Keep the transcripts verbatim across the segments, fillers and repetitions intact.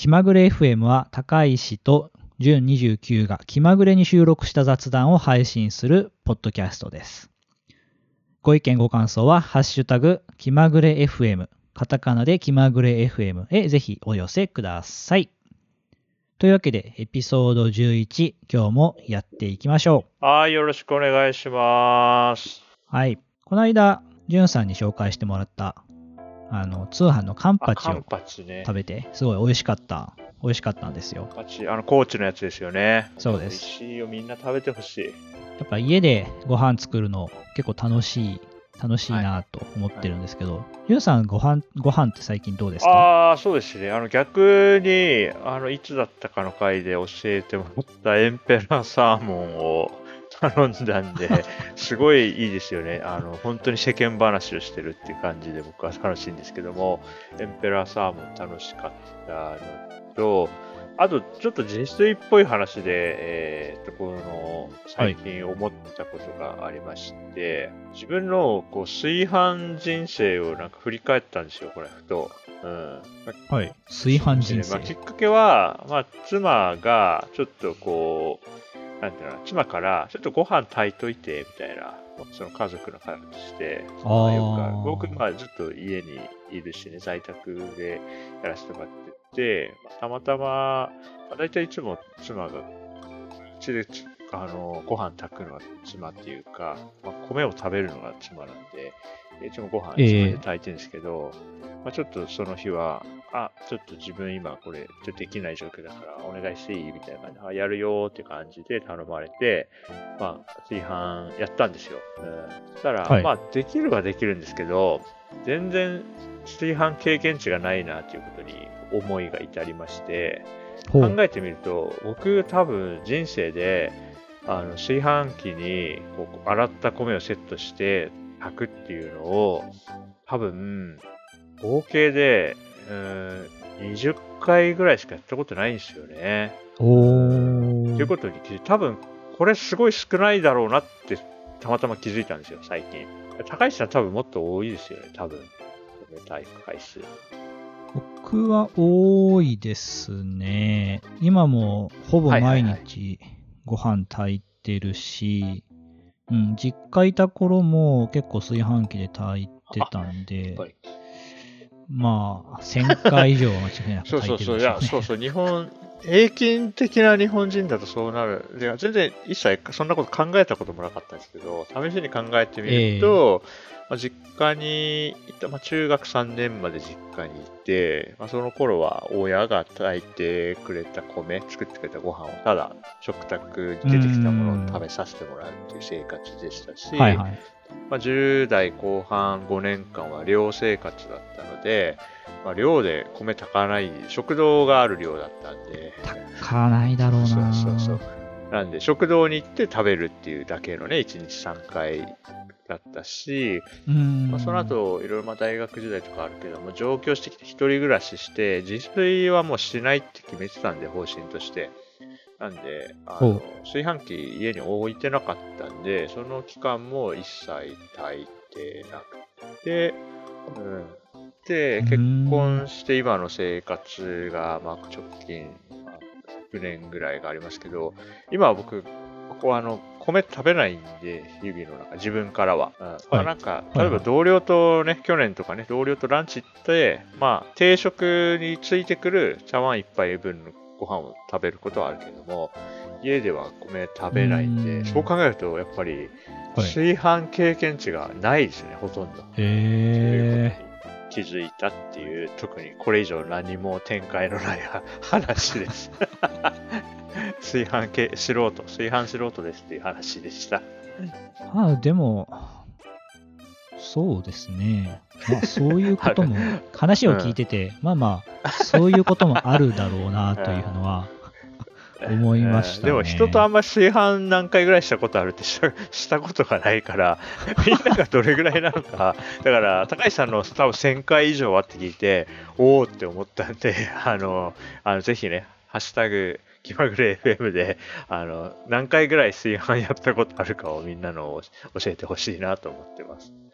気まぐれ エフエム は高石と準にじゅうきゅうが気まぐれに収録した雑談を配信するポッドキャストです。ご意見ご感想はハッシュタグ気まぐれ エフエム、カタカナで気まぐれ エフエム へぜひお寄せください。というわけでエピソードじゅういち、今日もやっていきましょう。はい、よろしくお願いします。 はい、この間じゅんさんに紹介してもらったあの通販のカンパチを食べて、ね、すごい美味しかった美味しかったんですよ。 カンパチ、あの高知のやつですよね。 そうです。 美味しいよ、みんな食べてほしい。 やっぱ家でご飯作るの結構楽しい楽しいなと思ってるんですけど、ゆう、はい、さんご飯ご飯って最近どうですか？ ああ、そうですね。あの逆にあのいつだったかの回で教えてもらったエンペラーサーモンを頼んだんですごいいいですよね。あの本当に世間話をしてるっていう感じで僕は楽しいんですけども、エンペラーサーモン楽しかったのと、あとちょっと自炊っぽい話で、えー、とこの最近思ったことがありまして、はい、自分のこう炊飯人生をなんか振り返ったんですよ、これふと。うん、 はい。炊飯人生。 まあ、きっかけは、まあ、妻がちょっとこうなんていうの、妻からちょっとご飯炊いといてみたいな、その家族の会話として、まあ、よくある。僕、まあ、ずっと家にいるしね、在宅でやらせてもらってて、まあ、たまたま、まあ、大体いつも妻が、うちであのご飯炊くのは妻っていうか、まあ、米を食べるのが妻なんで、いつもご飯自分で炊いてるんですけど、えーまあ、ちょっとその日は、あ、ちょっと自分今これちょっとできない状況だからお願いしていいみたいな感じで、あ、やるよーって感じで頼まれて、まあ、炊飯やったんですよ。うん、そしたら、はい、まあ、できるはできるんですけど、全然炊飯経験値がないなということに思いが至りまして、考えてみると、僕多分人生で、あの炊飯器にこう洗った米をセットして炊くっていうのを多分合計でうーんにじゅっかいぐらいしかやったことないんですよね。 おー。 ということに気づいて、多分これすごい少ないだろうなってたまたま気づいたんですよ、最近。高橋さん多分もっと多いですよね、多分。米炊く回数。 僕は多いですね。今もほぼ毎日ご飯炊いてるし、うん、実家いた頃も結構炊飯器で炊いてたんで、まあせんかい以上は間違いなく炊いてるでしょうね。 そうそうそう、いや、そうそう、日本、平均的な日本人だとそうなる。いや、全然一切そんなこと考えたこともなかったんですけど、試しに考えてみると、えーまあ、実家にいた、まあ、中学さんねんまで実家にいて、まあ、その頃は親が炊いてくれた米、作ってくれたご飯をただ食卓に出てきたものを食べさせてもらうっていう生活でしたし、はいはい、まあ、じゅう代後半ごねんかんは寮生活だったので、まあ、寮で米炊かない、食堂がある寮だったんで。 炊かないだろうな。 そうそうそう。なんで、食堂に行って食べるっていうだけのね、いちにちさんかいだったし、まあ、その後、いろいろまあ大学時代とかあるけども、上京してきて一人暮らしして、自炊はもうしないって決めてたんで、方針として。なんで、あの炊飯器家に置いてなかったんで、その期間も一切炊いてなくて、うん。で、結婚して今の生活が、まあ、直近、まあ、ろくねんぐらいがありますけど、今は僕、ここはあの、米食べないんで、日々の中、自分からは。うん、はい、まあなんか、例えば同僚とね、はいはい、去年とかね、同僚とランチ行って、まあ、定食についてくる茶碗一杯分のご飯を食べることはあるけども、家では米食べないんで、そう考えると、やっぱり、炊飯経験値がないですね、ほとんど。 へー。 気づいたっていう、特にこれ以上何も展開のない話です。炊飯系素人、炊飯素人ですっていう話でした。 ああ、でも、そうですね。まあ、そういうことも、話を聞いてて、うん、まあまあ、そういうこともあるだろうなというのは、思いましたね。 でも人とあんまり炊飯何回ぐらいしたことあるってした、したことがないから、みんながどれぐらいなのか、だから高橋さんの多分せんかい以上はって聞いて、おおって思ったんで、あの、あのぜひね、ハッシュタグ、気まぐれ エフエム で、あの、何回ぐらい炊飯やったことあるかをみんなの教えてほしいなと思ってます。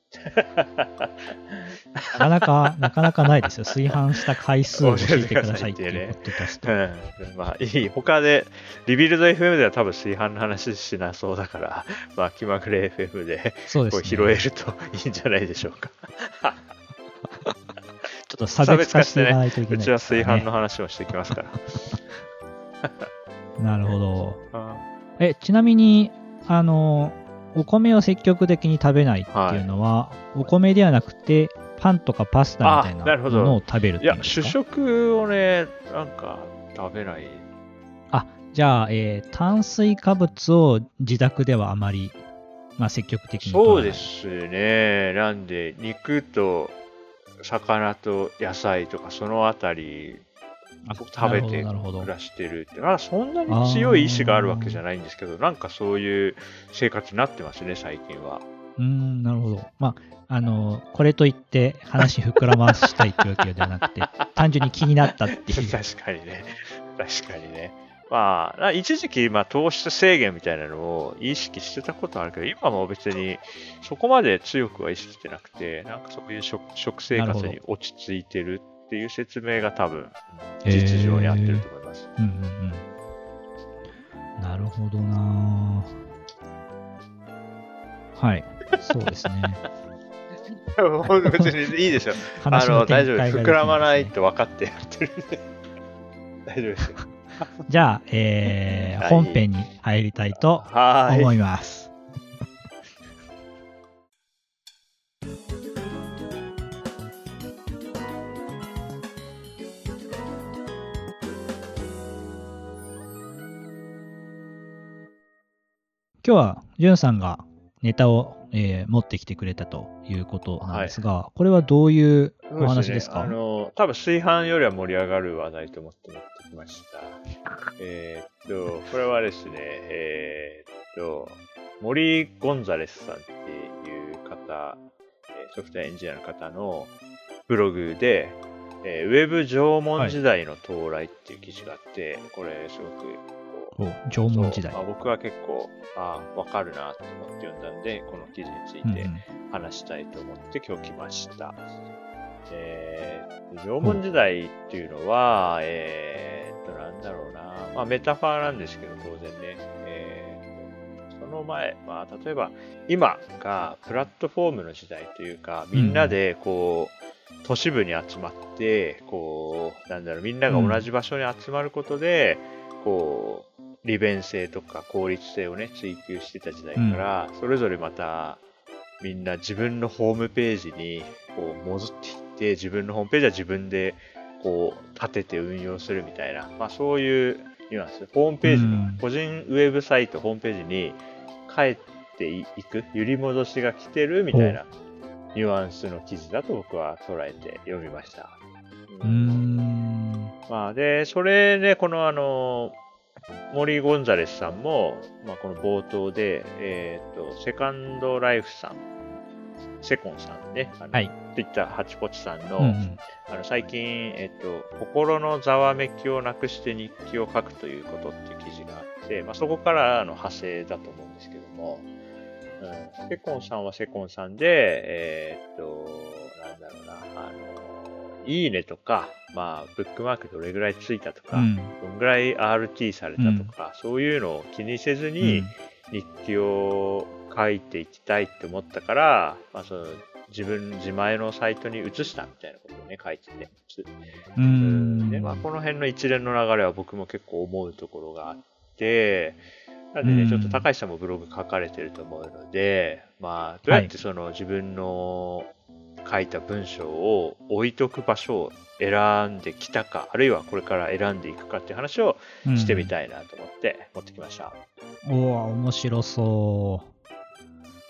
なかなか、なかなかないですよ。炊飯した回数を教えてくださいっていうポッドキャスト。 うん、まあいい。他で、リビルド エフエム では多分炊飯の話しなそうだから、まあ気まぐれ エフエム でそうですね、 こう拾えるといいんじゃないでしょうか。 ちょっと差別化していかないといけない、ね、 うちは炊飯の話もしてきますから。 なるほど。え、ちなみに、あの、お米を積極的に食べないっていうのは、はい、お米ではなくて、パンとかパスタみたいなものを食べるっていうんですか？ いや、主食をね、なんか食べない。 あ、じゃあ、えー、炭水化物を自宅ではあまり、まあ、積極的に取らない。 そうですね。なんで、肉と魚と野菜とか、そのあたり食べて暮らしてるって、まだそんなに強い意志があるわけじゃないんですけど、なんかそういう生活になってますね、最近は。 うーん、なるほど。まあ、あの、これといって話膨らましたいっていうわけではなくて、単純に気になったっていう。 確かにね。確かにね。まあ、一時期、まあ、糖質制限みたいなのを意識してたことあるけど、今も別にそこまで強くは意識してなくて、なんかそういう 食, 食生活に落ち着いてるっていう説明が多分、実情に合ってると思います。 うんうんうん。なるほどな。はい。そうですね。 別にいいですよ。あの、大丈夫。膨らまないと分かってやってるんで。大丈夫ですよ。 じゃあ、えー、本編に入りたいと思います。今日はじゅんさんがネタを、えー、持ってきてくれたということなんですが、はい、これはどういうお話ですか？ そうですね、あの多分炊飯よりは盛り上がる話題と思って持ってきました。えー、っとこれはですね、えー、っと森ゴンザレスさんっていう方、ソフトウェアエンジニアの方のブログで、えー、ウェブ縄文時代の到来っていう記事があって、はい、これすごく縄文時代。 まあ、僕は結構あ分かるなと思って読んだんで、この記事について話したいと思って今日来ました。えー、縄文時代っていうのは、えー、っとなんだろうな、まあ、メタファーなんですけど当然ね、えー、その前、まあ、例えば今がプラットフォームの時代というか、みんなでこう、うん、都市部に集まってこうなんだろうみんなが同じ場所に集まることで、うん、こう利便性とか効率性をね追求してた時代から、うん、それぞれまたみんな自分のホームページにこう戻っていって自分のホームページは自分でこう立てて運用するみたいな、まあ、そういうニュアンス、ホームページの、うん、個人ウェブサイトホームページに帰っていく揺り戻しが来てるみたいなニュアンスの記事だと僕は捉えて読みました。 うーん、 まあ、でそれでこのあの森ゴンザレスさんも、まあ、この冒頭で、えーと、セカンドライフさん、セコンさんね、あの、はい、ツイッターハチポチさんの、うんうん、あの最近、えっと、心のざわめきをなくして日記を書くということっていう記事があって、まあ、そこからの派生だと思うんですけども、うん、セコンさんはセコンさんで、えー、っと、なんだろうな、あの、いいねとか、まあ、ブックマークどれぐらいついたとか、うん、どんぐらい アールティー されたとか、うん、そういうのを気にせずに日記を書いていきたいって思ったから、まあ、その自分自前のサイトに移したみたいなことをね、書いてて。 うん。 で、まあ、この辺の一連の流れは僕も結構思うところがあって、なんでね、ちょっと高橋さんもブログ書かれてると思うので、まあ、どうやってその自分の書いた文章を置いとく場所を選んできたか、あるいはこれから選んでいくかっていう話をしてみたいなと思って持ってきました。 うん、おー、面白そう。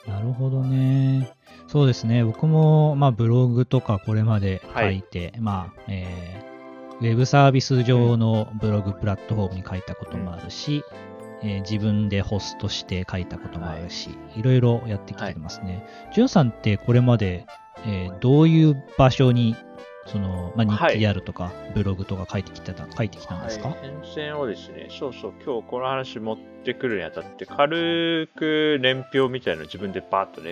なるほどね。そうですね。僕も、まあ、ブログとかこれまで書いて、はい、まあ、えー、ウェブサービス上のブログプラットフォームに書いたこともあるし、うん、えー、自分でホストして書いたこともあるし、はい、いろいろやってきてますね。じゅんさんってこれまで、えー、どういう場所にその、まあ、日記であるとか、はい、ブログとか書いてきてた書いてきたんですか？ はい、変遷をですね、そうそう、今日この話持ってくるにあたって軽く年表みたいなの自分でバーッとね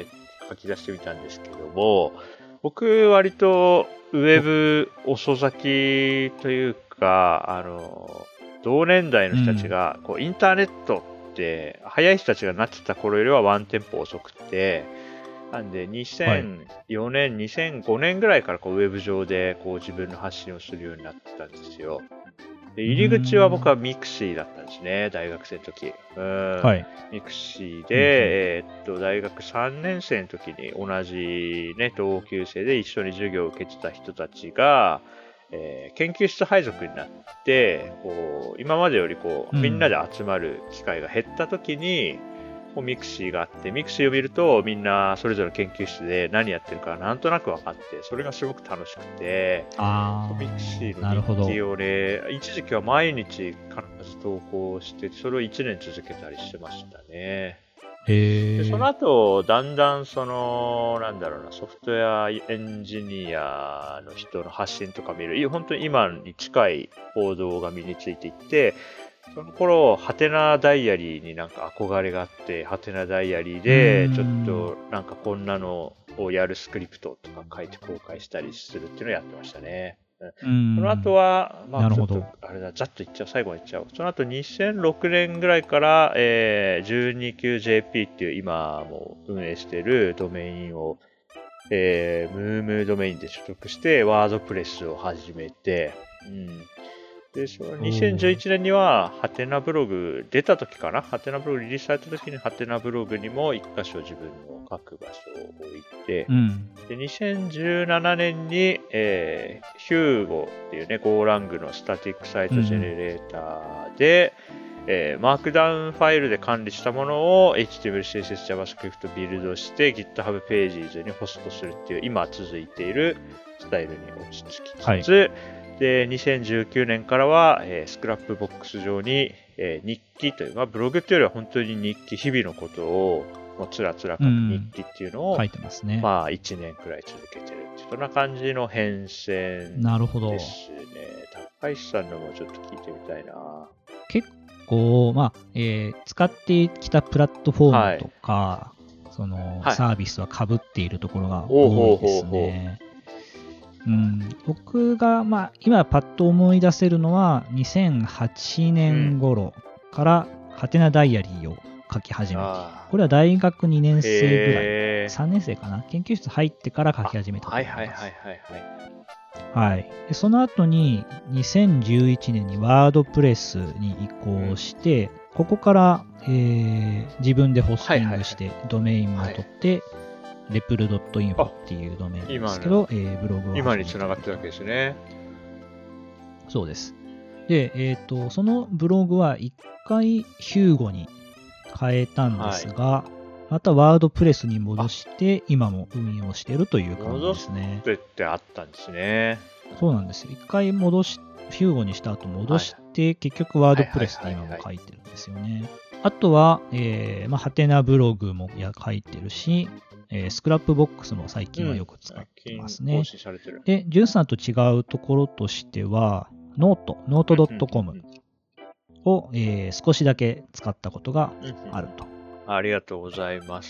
書き出してみたんですけども、僕割とウェブ遅咲きというか、あの、同年代の人たちが、こうインターネットって早い人たちがなってた頃よりはワンテンポ遅くて、なんでにせんよねん、はい、にせんごねんぐらいからこうウェブ上でこう自分の発信をするようになってたんですよ。で入り口は僕はミクシーだったんですね、大学生の時。うん、はい、ミクシーで、うんうん、えー、っと大学さんねん生の時に同じ、ね、同級生で一緒に授業を受けてた人たちが、えー、研究室配属になってこう今までよりこうみんなで集まる機会が減った時に、うんミクシーがあって、ミクシーを見るとみんなそれぞれの研究室で何やってるかなんとなく分かって、それがすごく楽しくて、 あミクシーの日記をね、一時期は毎日必ず投稿して、それをいちねん続けたりしてましたね。 へでその後、だんだんその、なんだろうな、ソフトウェアエンジニアの人の発信とか見る、本当に今に近い報道が身についていって、その頃、ハテナダイアリーになんか憧れがあって、ハテナダイアリーで、ちょっとなんかこんなのをやるスクリプトとか書いて公開したりするっていうのをやってましたね。その後は、まあちょっと、あれだ、ざっと言っちゃう、最後に言っちゃう。その後にせんろくねんぐらいから、えー、じゅうにきゅうジェーピー っていう今も運営しているドメインを、えー、ムームードメインで取得して、ワードプレスを始めて、うんで、そのにせんじゅういちねんには、ハテナブログ出た時かなハテナブログリリースされた時に、ハテナブログにも一箇所自分の書く場所を置いて、うん、でにせんじゅうななねんに、えー、ヒューゴっていうね、GoLang のスタティックサイトジェネレーターで、うんえー、マークダウンファイルで管理したものを エイチティーエムエル、シーエスエス、JavaScript ビルドして GitHub Pages にホストするっていう、今続いているスタイルに落ち着きつつ、はいで、にせんじゅうきゅうねんからは、えー、スクラップボックス上に、えー、日記という、まあ、ブログというよりは本当に日記、日々のことをもうつらつら書く日記っていうのを、 書いてますね。 まあ、いちねんくらい続けてるっていう、そんな感じの変遷ですね。 なるほど。 高石さんのもちょっと聞いてみたいな。 結構、まあ、えー、使ってきたプラットフォームとか、はい、その、はい、サービスは被っているところが多いですね。ほうほうほうほううん、僕が、まあ、今パッと思い出せるのはにせんはちねん頃からハテナダイアリーを書き始めて、うん、これは大学にねん生ぐらい、さんねん生かな、研究室入ってから書き始めたと思います。はいはいはいはいはい。はい。でその後ににせんじゅういちねんにワードプレスに移行して、うん、ここから、えー、自分でホスティングしてドメインも取って、はいはいレプル .info っていうドメインですけど、えー、ブログを今に繋がってるわけですね。 そうです。で、えっと、そのブログは一回ヒューゴに変えたんですが、はい、またワードプレスに戻して今も運用しているという感じですね。 戻ってあったんですね。 そうなんですよ。一回戻し、ヒューゴにした後戻して、はい、結局ワードプレスで今も書いてるんですよね。あとは、えー、まあ、ハテナブログもや書いてるし、えー、スクラップボックスも最近はよく使ってますね。うん、で、ジュンさんと違うところとしては、ノート、ノート .com を、えー、少しだけ使ったことがあると。 うんうん、ありがとうございます。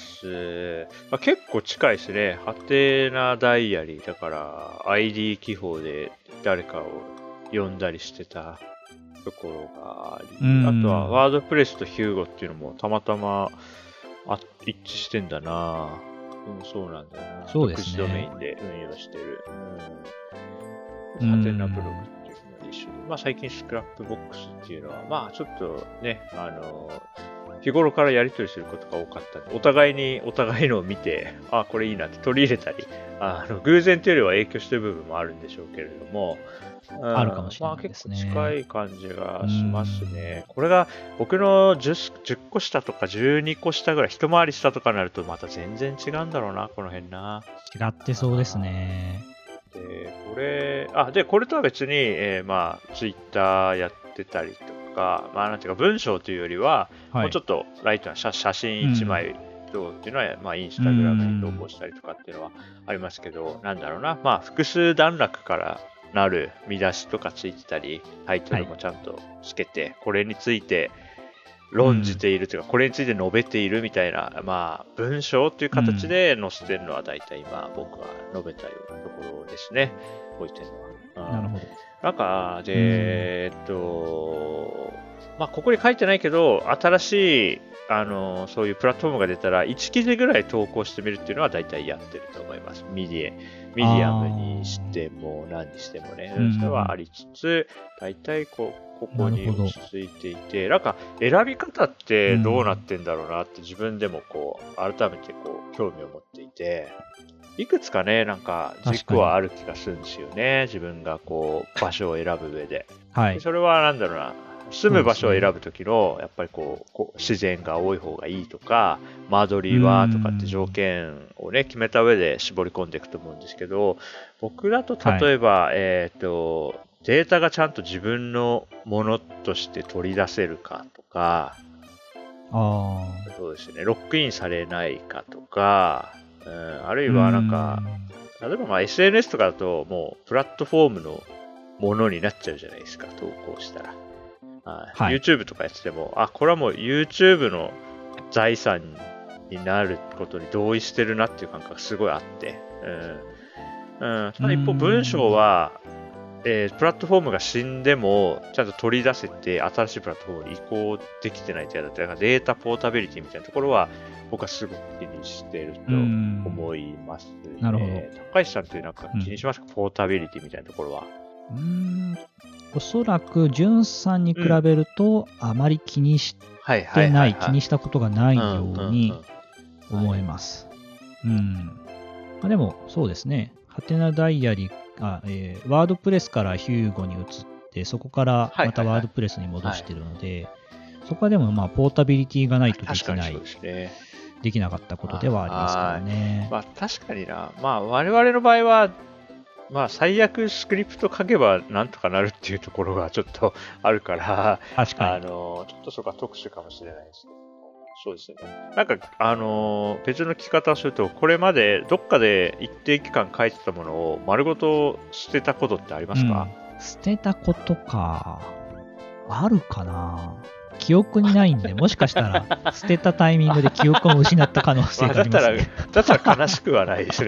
まあ、結構近いですね。ハテナダイアリーだから アイディー 記法で誰かを呼んだりしてたところがあり、あとはワードプレスとヒューゴっていうのもたまたまあ一致してんだな。うん、そうなんだよな。 そうですね。 独自ドメインで運用してる。うん。ハテナブログっていうのが一緒で。まあ最近スクラップボックスっていうのは、まあちょっとね、あの、日頃からやり取りすることが多かったんで、お互いにお互いのを見て、あ、これいいなって取り入れたり、あの偶然というよりは影響してる部分もあるんでしょうけれども、 うん、あるかもしれないですね。 まあ結構近い感じがしますね。これが僕の 10, 10個下とかじゅうにこ下ぐらい、一回り下とかになるとまた全然違うんだろうな、この辺な。 違ってそうですね。 で、これ、あ、で、これとは別に、えー、まあ、ツイッターやってたりとか、まあなんていうか文章というよりは、はい、もうちょっとライトな 写, 写真いちまいどうっていうのは、うん、まあインスタグラムに投稿したりとかっていうのはありますけど、なんだろうな、まあ複数段落からなる見出しとかついてたり、タイトルもちゃんとつけて、はい、これについて論じているというか、うん、これについて述べているみたいな、まあ、文章という形で載せてるのは大体今僕が述べたようなところですね。こういう点は。 なるほど。 なんか、で、えっと、まあ、ここに書いてないけど、新しい、あの、そういうプラットフォームが出たら、いち記事ぐらい投稿してみるっていうのは大体やってると思います。ミディエ、ミディアムにしても何にしてもね。それはありつつ、大体こう、ここに落ち着いていて、なんか選び方ってどうなってんだろうなって自分でもこう、改めてこう、興味を持っていて、いくつかね、なんか軸はある気がするんですよね。自分がこう、場所を選ぶ上で。 はい。 それはなんだろうな。住む場所を選ぶときの、やっぱりこう、こう自然が多い方がいいとか、間取りはとかって条件をね、決めた上で絞り込んでいくと思うんですけど、僕だと例えば、はい、えっと、データがちゃんと自分のものとして取り出せるかとか、 あそうですね、ロックインされないかとか、うん、あるいはなんか、例えばまあ エスエヌエス とかだともうプラットフォームのものになっちゃうじゃないですか、投稿したら。はい、YouTube とかやってても、あ、これはもう YouTube の財産になることに同意してるなっていう感覚がすごいあって、うんうん、ただ一方文章は、えー、プラットフォームが死んでもちゃんと取り出せて新しいプラットフォームに移行できてないとやだったり、データポータビリティみたいなところは僕はすごく気にしていると思います、ね、 なるほど。 高橋さんってなんか気にしますか、うん、ポータビリティみたいなところは。 うーん、おそらくじゅんさんに比べると、あまり気にしてない、気にしたことがないように思います。うん。まあ、でも、そうですね。ハテナダイアリー、あ、えー、ワードプレスからヒューゴに移って、そこからまたワードプレスに戻してるので、そこはでも、まあ、ポータビリティがないとできない、ね、できなかったことではありますからね。 まあ、確かにな。まあ、我々の場合は、まあ、最悪スクリプト書けばなんとかなるっていうところがちょっとあるから、 確かに。 あの、ちょっとそこは特殊かもしれないですけど、そうですね。なんか、あの、別の聞き方をすると、これまでどっかで一定期間書いてたものを丸ごと捨てたことってありますか？ うん、捨てたことか。あるかな？記憶にないんで、もしかしたら捨てたタイミングで記憶を失った可能性がありますね。 まあ、だったら、だったら悲しくはないですね。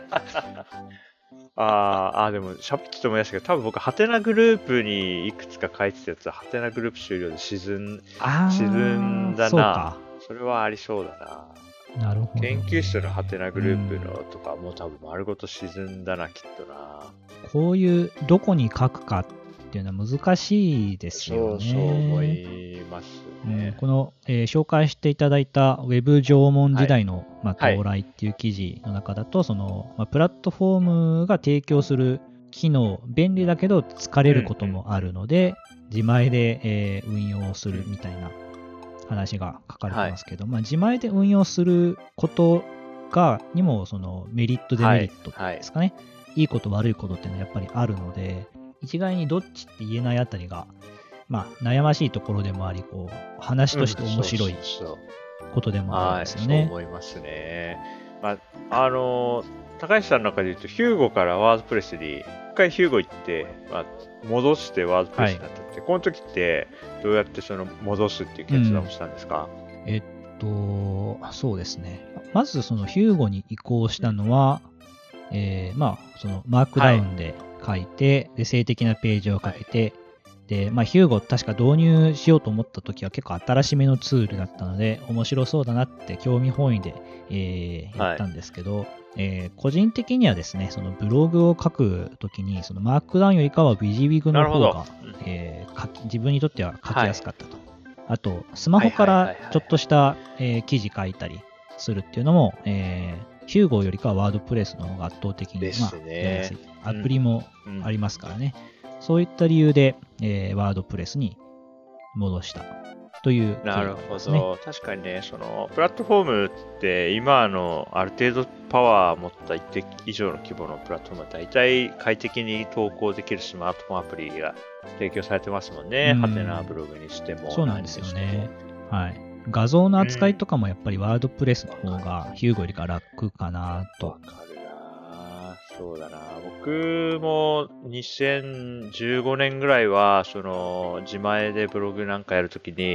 ああ、でも、喋ってて思い出したけど、多分僕、ハテナグループにいくつか書いてたやつは、ハテナグループ終了で沈ん、沈んだな。 そうか。 それはありそうだな。 なるほど、ね。 研究室のハテナグループのとか、もう多分丸ごと沈んだな、きっとな。 こういう、どこに書くかっていうのは難しいですよね。 そうそう思いますね。 うん、この、えー、紹介していただいたウェブ縄文時代の、はい、まあ、到来っていう記事の中だと、はい、そのまあ、プラットフォームが提供する機能、便利だけど疲れることもあるので、うん、自前で、えー、運用するみたいな話が書かれてますけど、はい、まあ、自前で運用することがにもそのメリットデメリットですかね、はいはい、いいこと悪いことっていうのはやっぱりあるので、一概にどっちって言えないあたりがまあ、悩ましいところでもあり、こう話として面白いことでもあるんですよね。 そう思いますね。まあ、あの高橋さんの中で言うと、ヒューゴからワードプレスに、一回ヒューゴ行って、まあ、戻してワードプレスになったって、はい、この時ってどうやってその戻すっていう決断をしたんですか？ うん、えっと、そうですね。まずそのヒューゴに移行したのは、えー、まあ、そのマークダウンで書いて、はい、で静的なページをかけて、はいで、まあ、ヒューゴ確か導入しようと思った時は結構新しめのツールだったので、面白そうだなって興味本位で、えー、やったんですけど、はい、えー、個人的にはですね、そのブログを書く時に、そのマークダウンよりかはビジウィグの方が、えー、書き自分にとっては書きやすかったと。はい、あと、スマホからちょっとした、えー、記事書いたりするっていうのも、えー、ヒューゴよりかはワードプレスの方が圧倒的に、 ね、 まあ、やりやすい。アプリもありますからね。うんうんそういった理由で、えー、ワードプレスに戻したという、ね。 なるほど。確かにね、そのプラットフォームって今のある程度パワーを持った一定以上の規模のプラットフォームは大体快適に投稿できるスマートフォンアプリが提供されてますもんね。ハテナブログにしても。 そうなんですよね。はい。画像の扱いとかもやっぱりワードプレスの方がヒューゴよりか楽かなと。 わかるな。そうだな。僕もにせんじゅうごねんぐらいはその自前でブログなんかやるときに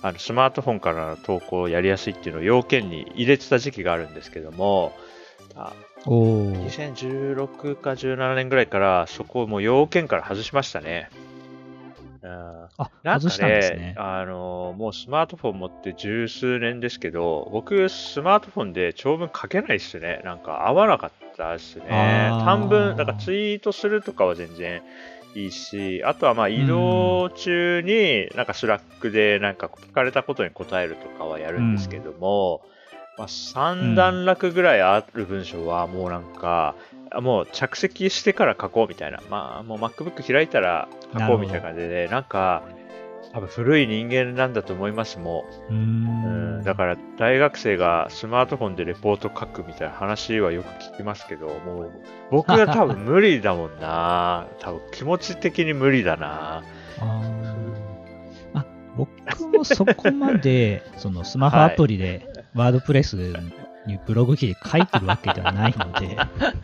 あのスマートフォンからの投稿をやりやすいっていうのを要件に入れてた時期があるんですけども、あにせんじゅうろくかじゅうななねんぐらいからそこをもう要件から外しましたね。うん、 あ、 なんかね、 外したんですね。 あのもうスマートフォン持って十数年ですけど、僕スマートフォンで長文書けないですね。なんか合わなかったですね。短文、だからツイートするとかは全然いいし、あとはまあ移動中になんかスラックでなんか聞かれたことに答えるとかはやるんですけども、うん、まあ、さん段落ぐらいある文章はもうなんか、もう着席してから書こうみたいな、まあもう MacBook 開いたら書こうみたいな感じで、なんか多分古い人間なんだと思います。もう、うーん、だから大学生がスマートフォンでレポート書くみたいな話はよく聞きますけど、もう僕は多分無理だもんな。多分気持ち的に無理だな。 ああ、僕もそこまでそのスマホアプリでワードプレスにブログ記事書いてるわけではないので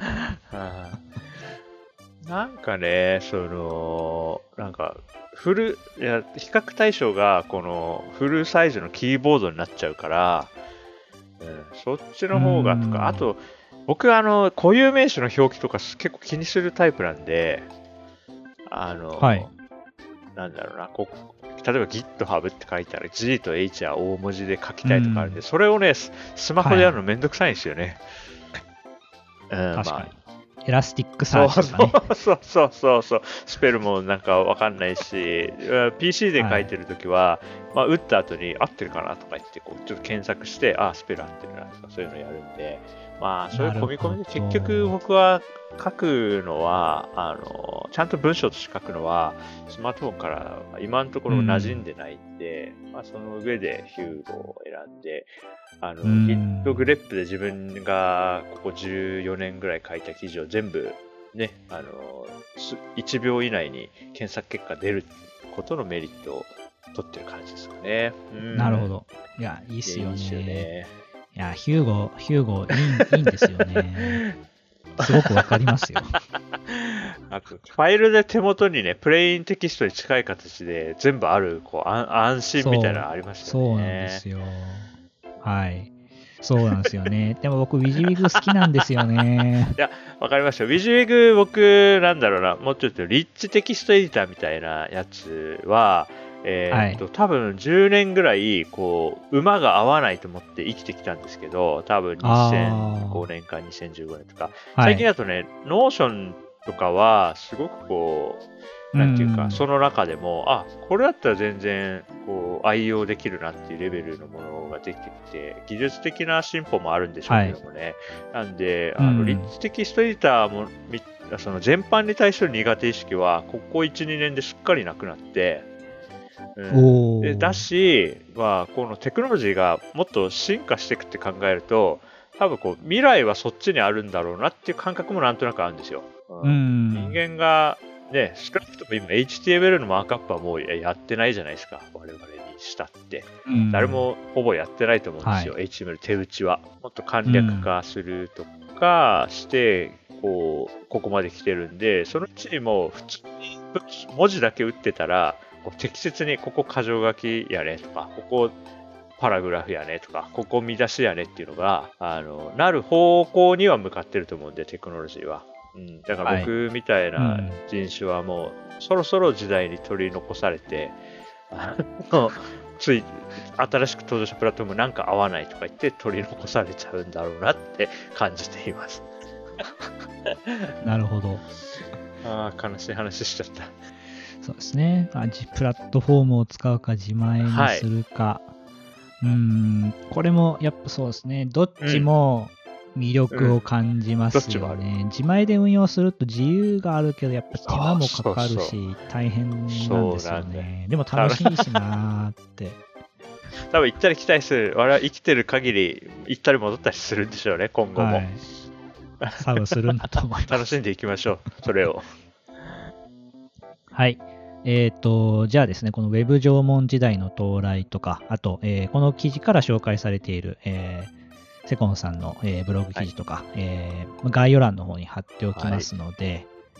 なんかね、そのなんかフルいや比較対象がこのフルサイズのキーボードになっちゃうから、うん、そっちの方がとか、あと僕はあの固有名詞の表記とか結構気にするタイプなんで、あの、はい、なんだろうな、こ例えば GitHub って書いてある G と H は大文字で書きたいとかあるんで、それをねスマホでやるのめんどくさいんですよね。 はい、うん、確かに、まあエラスティックサーチとかね。 そうそうそうそう。スペルもなんかわかんないし、ピーシー で書いてるときは、はい、まあ、打った後に合ってるかなとか言って、こうちょっと検索して、あ、スペル合ってるなとか、そういうのやるんで、まあ、そういう込み込みで結局僕は書くのは、あの、ちゃんと文章として書くのは、スマートフォンから今のところ馴染んでないんで、うん、まあ、その上でヒューゴを選んで、あの、Git グレップで自分がここじゅうよねんぐらい書いた記事を全部ね、あの、いちびょう以内に検索結果出ることのメリットを取ってる感じですかね。 うん、なるほど。いや、いいっすよね。いいっすよね。いや、ヒューゴ、ヒューゴ、いい、いいんですよね。すごくわかりますよ。 あと、ファイルで手元にね、プレインテキストに近い形で全部ある、こう、安心みたいなのありましたよね。 そうなんですよ。はい。そうなんですよね。でも僕、ウィジウィグ好きなんですよね。 いや、わかりました。ウィジウィグ、僕、なんだろうな、もうちょっとリッチテキストエディターみたいなやつは、えーっと、はい、多分じゅうねんぐらい、こう、馬が合わないと思って生きてきたんですけど、多分にせんごねんかにせんじゅうごねんとか、最近だとね、ノーションとかは、すごくこう、なんていうか、その中でも、あ、これだったら全然、こう、愛用できるなっていうレベルのものができてきて、技術的な進歩もあるんでしょうけどもね。はい、なんで、あの、リッチテキストエディターも、その全般に対する苦手意識は、ここいち、にねんですっかりなくなって、うん、でだし、まあ、このテクノロジーがもっと進化していくって考えると、多分こう未来はそっちにあるんだろうなっていう感覚もなんとなくあるんですよ。うん、人間が、ね、少なくとも今 エイチティーエムエル のマークアップはもうやってないじゃないですか、我々にしたって。うん、誰もほぼやってないと思うんですよ、はい、エイチティーエムエル 手打ちは。もっと簡略化するとかして、こう、ここまで来てるんで、そのうちにもう普通に文字だけ打ってたら、適切にここ箇条書きやねとか、ここパラグラフやねとか、ここ見出しやねっていうのが、あの、なる方向には向かってると思うんで、テクノロジーは。うん、だから僕みたいな人種はもう、そろそろ時代に取り残されて、あのつい新しく登場したプラットフォームなんか合わないとか言って取り残されちゃうんだろうなって感じています。 なるほど。 ああ、悲しい話しちゃった。 そうですね。プラットフォームを使うか自前にするか。はい、うーん、これもやっぱそうですね。どっちも魅力を感じますよね。うんうん、自前で運用すると自由があるけど、やっぱ手間もかかるし、そうそう大変なんですよね。でも楽しいしなーって。 多分行ったり来たりする。我々生きてる限り行ったり戻ったりするんでしょうね、今後も。はい、 多分するんだと思います。 楽しんでいきましょう、それを。 はい。えっと、じゃあですね、この Web 縄文時代の到来とか、あと、えー、この記事から紹介されている、えー、セコンさんの、えー、ブログ記事とか、はい、えー、概要欄の方に貼っておきますので、はい、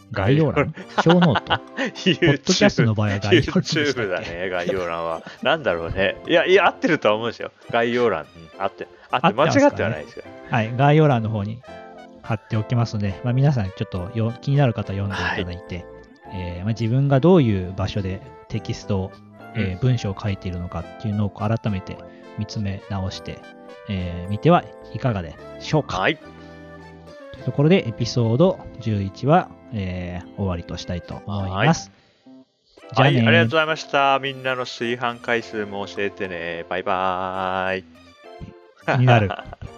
概要欄小ノートポッドキャストの場合は概要欄でしたっけ YouTube だね、概要欄は。なんだろうね。いや、いや、合ってるとは思うんですよ。概要欄。うん、合って、合って、間違ってはないですよ。 はい、概要欄の方に貼っておきますので、まあ、皆さんちょっとよ気になる方は読んでいただいて、はい、えーまあ、自分がどういう場所でテキストを、えー、文章を書いているのかっていうのを改めて見つめ直して、えー、見てはいかがでしょうか。 はい。 というところでエピソードじゅういちは、えー、終わりとしたいと思います。 じゃあね、はい、ありがとうございました。みんなの炊飯回数も教えてね。バイバーイ。 気になる。